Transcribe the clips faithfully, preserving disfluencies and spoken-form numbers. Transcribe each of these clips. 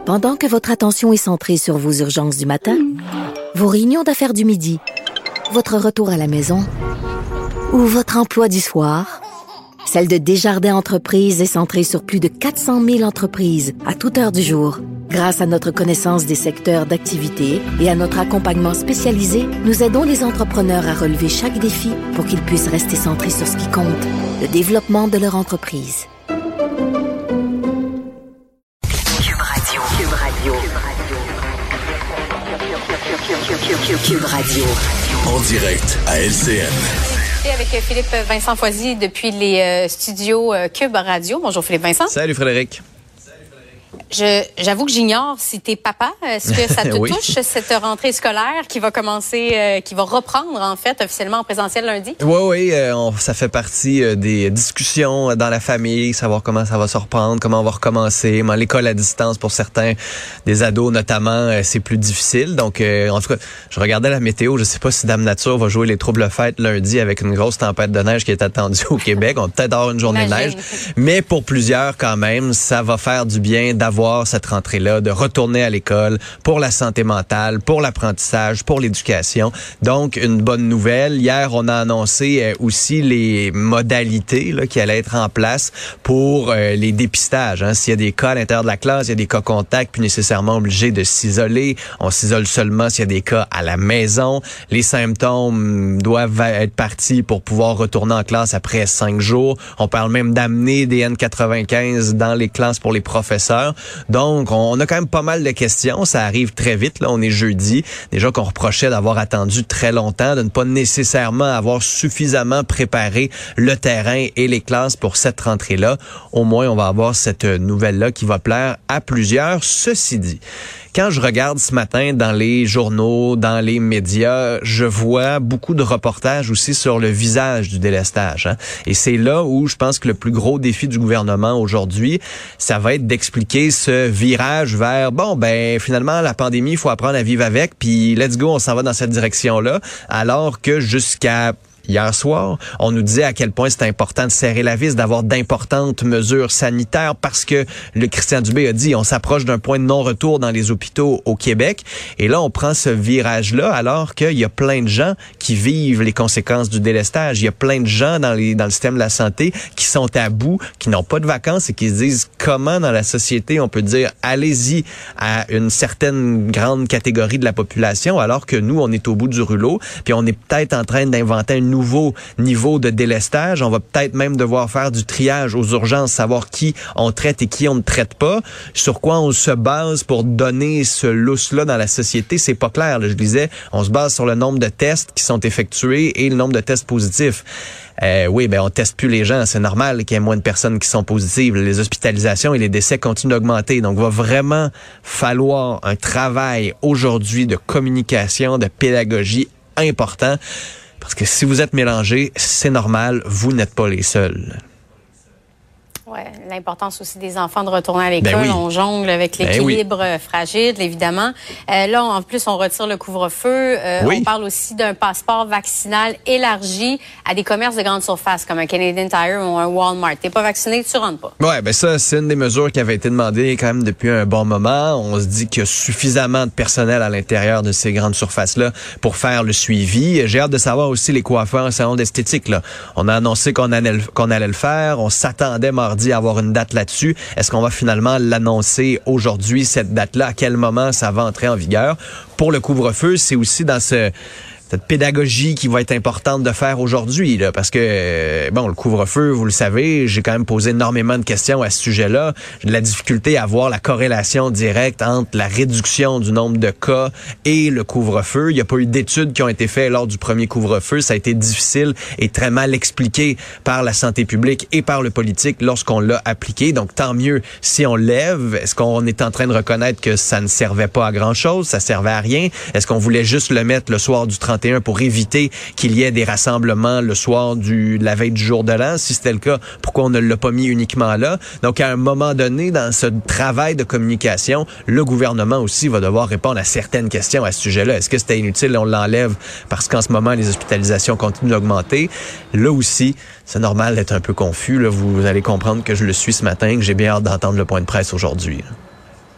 Pendant que votre attention est centrée sur vos urgences du matin, vos réunions d'affaires du midi, votre retour à la maison ou votre emploi du soir, celle de Desjardins Entreprises est centrée sur plus de quatre cent mille entreprises à toute heure du jour. Grâce à notre connaissance des secteurs d'activité et à notre accompagnement spécialisé, nous aidons les entrepreneurs à relever chaque défi pour qu'ils puissent rester centrés sur ce qui compte, le développement de leur entreprise. Cube Radio. Cube Radio. Cube Radio. En direct à L C N. Avec Philippe Vincent Foisy depuis les euh, studios euh, Cube Radio. Bonjour Philippe Vincent. Salut Frédéric. Je, j'avoue que j'ignore si t'es papa. Est-ce que ça te oui. touche, cette rentrée scolaire qui va commencer, euh, qui va reprendre en fait officiellement en présentiel lundi? Oui, oui, euh, on, ça fait partie euh, des discussions dans la famille, savoir comment ça va se reprendre, comment on va recommencer. Mais l'école à distance pour certains, des ados notamment, euh, c'est plus difficile. Donc, euh, en tout cas, je regardais la météo. Je sais pas si Dame Nature va jouer les troubles fêtes lundi avec une grosse tempête de neige qui est attendue au Québec. On va peut-être avoir une journée Imagine. de neige. Mais pour plusieurs, quand même, ça va faire du bien d'avoir cette rentrée-là, de retourner à l'école pour la santé mentale, pour l'apprentissage, pour l'éducation. Donc, une bonne nouvelle. Hier, on a annoncé euh, aussi les modalités là, qui allaient être en place pour euh, les dépistages. Hein. S'il y a des cas à l'intérieur de la classe, il y a des cas contacts, puis nécessairement obligés de s'isoler. On s'isole seulement s'il y a des cas à la maison. Les symptômes doivent être partis pour pouvoir retourner en classe après cinq jours. On parle même d'amener des N quatre-vingt-quinze dans les classes pour les professeurs. Donc, on a quand même pas mal de questions. Ça arrive très vite. Là, on est jeudi. Déjà qu'on reprochait d'avoir attendu très longtemps, de ne pas nécessairement avoir suffisamment préparé le terrain et les classes pour cette rentrée-là. Au moins, on va avoir cette nouvelle-là qui va plaire à plusieurs. Ceci dit, quand je regarde ce matin dans les journaux, dans les médias, je vois beaucoup de reportages aussi sur le visage du délestage. Hein? Et c'est là où je pense que le plus gros défi du gouvernement aujourd'hui, ça va être d'expliquer ce virage vers, bon, ben finalement, la pandémie, il faut apprendre à vivre avec, puis let's go, on s'en va dans cette direction-là, alors que jusqu'à hier soir, on nous disait à quel point c'était important de serrer la vis, d'avoir d'importantes mesures sanitaires parce que le Christian Dubé a dit on s'approche d'un point de non-retour dans les hôpitaux au Québec. Et là, on prend ce virage-là alors qu'il y a plein de gens qui vivent les conséquences du délestage. Il y a plein de gens dans, les, dans le système de la santé qui sont à bout, qui n'ont pas de vacances et qui se disent comment dans la société on peut dire allez-y à une certaine grande catégorie de la population alors que nous, on est au bout du rouleau puis on est peut-être en train d'inventer une nouveau niveau de délestage. On va peut-être même devoir faire du triage aux urgences, savoir qui on traite et qui on ne traite pas. Sur quoi on se base pour donner ce lousse-là dans la société, c'est pas clair. Là, je disais, on se base sur le nombre de tests qui sont effectués et le nombre de tests positifs. Euh, oui, ben on teste plus les gens. C'est normal qu'il y ait moins de personnes qui sont positives. Les hospitalisations et les décès continuent d'augmenter. Donc, il va vraiment falloir un travail aujourd'hui de communication, de pédagogie important. Parce que si vous êtes mélangés, c'est normal, vous n'êtes pas les seuls. Ouais, l'importance aussi des enfants de retourner à l'école. Ben oui. On jongle avec l'équilibre ben oui. fragile, évidemment. Euh, là, en plus, on retire le couvre-feu. Euh, oui. On parle aussi d'un passeport vaccinal élargi à des commerces de grande surface, comme un Canadian Tire ou un Walmart. T'es pas vacciné, tu rentres pas. Ouais, ben ça, c'est une des mesures qui avait été demandée quand même depuis un bon moment. On se dit qu'il y a suffisamment de personnel à l'intérieur de ces grandes surfaces-là pour faire le suivi. J'ai hâte de savoir aussi les coiffeurs en salon d'esthétique, là. On a annoncé qu'on allait, qu'on allait le faire. On s'attendait mardi à avoir une date là-dessus. Est-ce qu'on va finalement l'annoncer aujourd'hui, cette date-là? À quel moment ça va entrer en vigueur? Pour le couvre-feu, c'est aussi dans ce... cette pédagogie qui va être importante de faire aujourd'hui, là, parce que, bon, le couvre-feu, vous le savez, j'ai quand même posé énormément de questions à ce sujet-là. J'ai de la difficulté à voir la corrélation directe entre la réduction du nombre de cas et le couvre-feu. Il n'y a pas eu d'études qui ont été faites lors du premier couvre-feu. Ça a été difficile et très mal expliqué par la santé publique et par le politique lorsqu'on l'a appliqué. Donc, tant mieux si on lève. Est-ce qu'on est en train de reconnaître que ça ne servait pas à grand-chose? Ça servait à rien? Est-ce qu'on voulait juste le mettre le soir du trente et un pour éviter qu'il y ait des rassemblements le soir du, de la veille du jour de l'an? Si c'était le cas, pourquoi on ne l'a pas mis uniquement là? Donc, à un moment donné, dans ce travail de communication, le gouvernement aussi va devoir répondre à certaines questions à ce sujet-là. Est-ce que c'était inutile? On l'enlève parce qu'en ce moment, les hospitalisations continuent d'augmenter. Là aussi, c'est normal d'être un peu confus. Là. Vous allez comprendre que je le suis ce matin, que j'ai bien hâte d'entendre le point de presse aujourd'hui.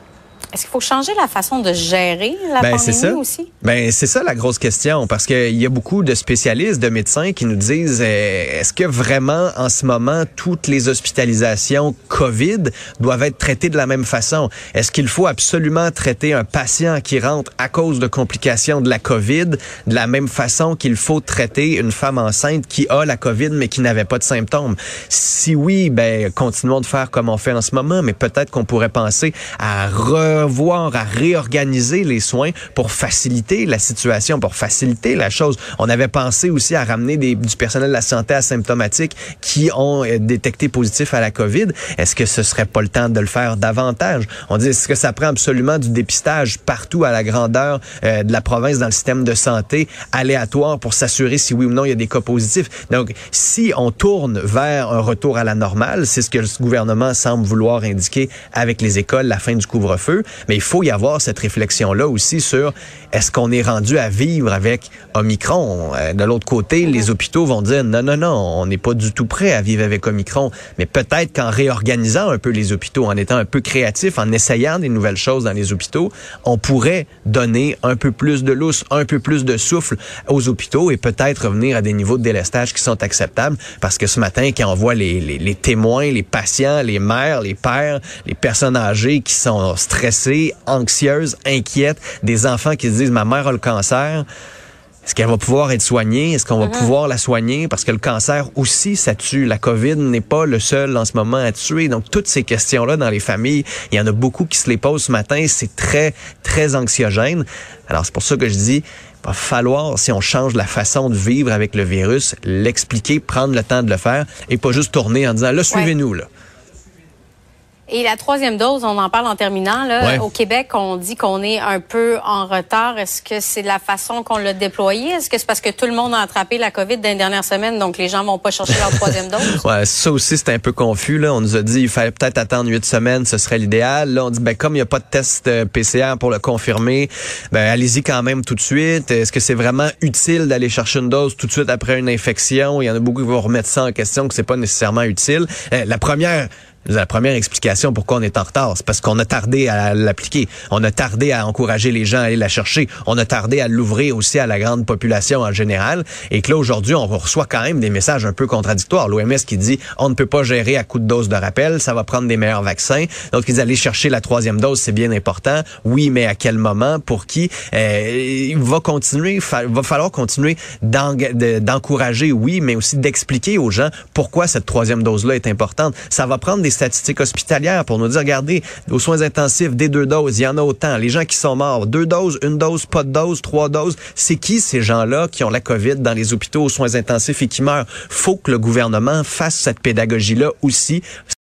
Est-ce qu'il faut changer la façon de gérer la ben, pandémie c'est ça. aussi? Ben c'est ça la grosse question, parce qu'il y a beaucoup de spécialistes, de médecins qui nous disent euh, est-ce que vraiment en ce moment toutes les hospitalisations COVID doivent être traitées de la même façon? Est-ce qu'il faut absolument traiter un patient qui rentre à cause de complications de la COVID de la même façon qu'il faut traiter une femme enceinte qui a la COVID mais qui n'avait pas de symptômes? Si oui, ben continuons de faire comme on fait en ce moment, mais peut-être qu'on pourrait penser à revoir, à réorganiser les soins pour faciliter la situation, pour faciliter la chose. On avait pensé aussi à ramener des, du personnel de la santé asymptomatique qui ont euh, détecté positif à la COVID. Est-ce que ce serait pas le temps de le faire davantage? On dit, est-ce que ça prend absolument du dépistage partout à la grandeur euh, de la province dans le système de santé aléatoire pour s'assurer si oui ou non il y a des cas positifs? Donc, si on tourne vers un retour à la normale, c'est ce que le gouvernement semble vouloir indiquer avec les écoles, la fin du couvre-feu, mais il faut y avoir cette réflexion-là aussi sur est-ce qu'on est rendu à vivre avec Omicron? Euh, de l'autre côté, les hôpitaux vont dire non, non, non, on n'est pas du tout prêt à vivre avec Omicron. Mais peut-être qu'en réorganisant un peu les hôpitaux, en étant un peu créatif, en essayant des nouvelles choses dans les hôpitaux, on pourrait donner un peu plus de lousse, un peu plus de souffle aux hôpitaux et peut-être revenir à des niveaux de délestage qui sont acceptables. Parce que ce matin, quand on voit les, les, les témoins, les patients, les mères, les pères, les personnes âgées qui sont stressées, anxieuses, inquiètes, des enfants qui se disent « ma mère a le cancer », est-ce qu'elle va pouvoir être soignée? Est-ce qu'on va mm-hmm. pouvoir la soigner? Parce que le cancer aussi, ça tue. La COVID n'est pas le seul en ce moment à tuer. Donc, toutes ces questions-là dans les familles, il y en a beaucoup qui se les posent ce matin. C'est très, très anxiogène. Alors, c'est pour ça que je dis, il va falloir, si on change la façon de vivre avec le virus, l'expliquer, prendre le temps de le faire et pas juste tourner en disant, là, suivez-nous, là. Et la troisième dose, on en parle en terminant. Là, ouais. Au Québec, on dit qu'on est un peu en retard. Est-ce que c'est la façon qu'on l'a déployé? Est-ce que c'est parce que tout le monde a attrapé la COVID dans les dernières semaines, donc les gens vont pas chercher leur troisième dose? Ouais, ça aussi, c'est un peu confus. Là. On nous a dit qu'il fallait peut-être attendre huit semaines, ce serait l'idéal. Là, on dit, ben comme il n'y a pas de test P C R pour le confirmer, ben allez-y quand même tout de suite. Est-ce que c'est vraiment utile d'aller chercher une dose tout de suite après une infection? Il y en a beaucoup qui vont remettre ça en question, que c'est pas nécessairement utile. Euh, la première... La première explication pourquoi on est en retard, c'est parce qu'on a tardé à l'appliquer. On a tardé à encourager les gens à aller la chercher. On a tardé à l'ouvrir aussi à la grande population en général. Et que là, aujourd'hui, on reçoit quand même des messages un peu contradictoires. L'O M S qui dit, on ne peut pas gérer à coup de dose de rappel, ça va prendre des meilleurs vaccins. Donc, ils allaient chercher la troisième dose, c'est bien important. Oui, mais à quel moment? Pour qui? Euh, il va continuer, il va falloir continuer d'encourager, oui, mais aussi d'expliquer aux gens pourquoi cette troisième dose-là est importante. Ça va prendre des statistiques hospitalières pour nous dire, regardez, aux soins intensifs, des deux doses, il y en a autant. Les gens qui sont morts, deux doses, une dose, pas de dose, trois doses. C'est qui ces gens-là qui ont la COVID dans les hôpitaux aux soins intensifs et qui meurent? Faut que le gouvernement fasse cette pédagogie-là aussi.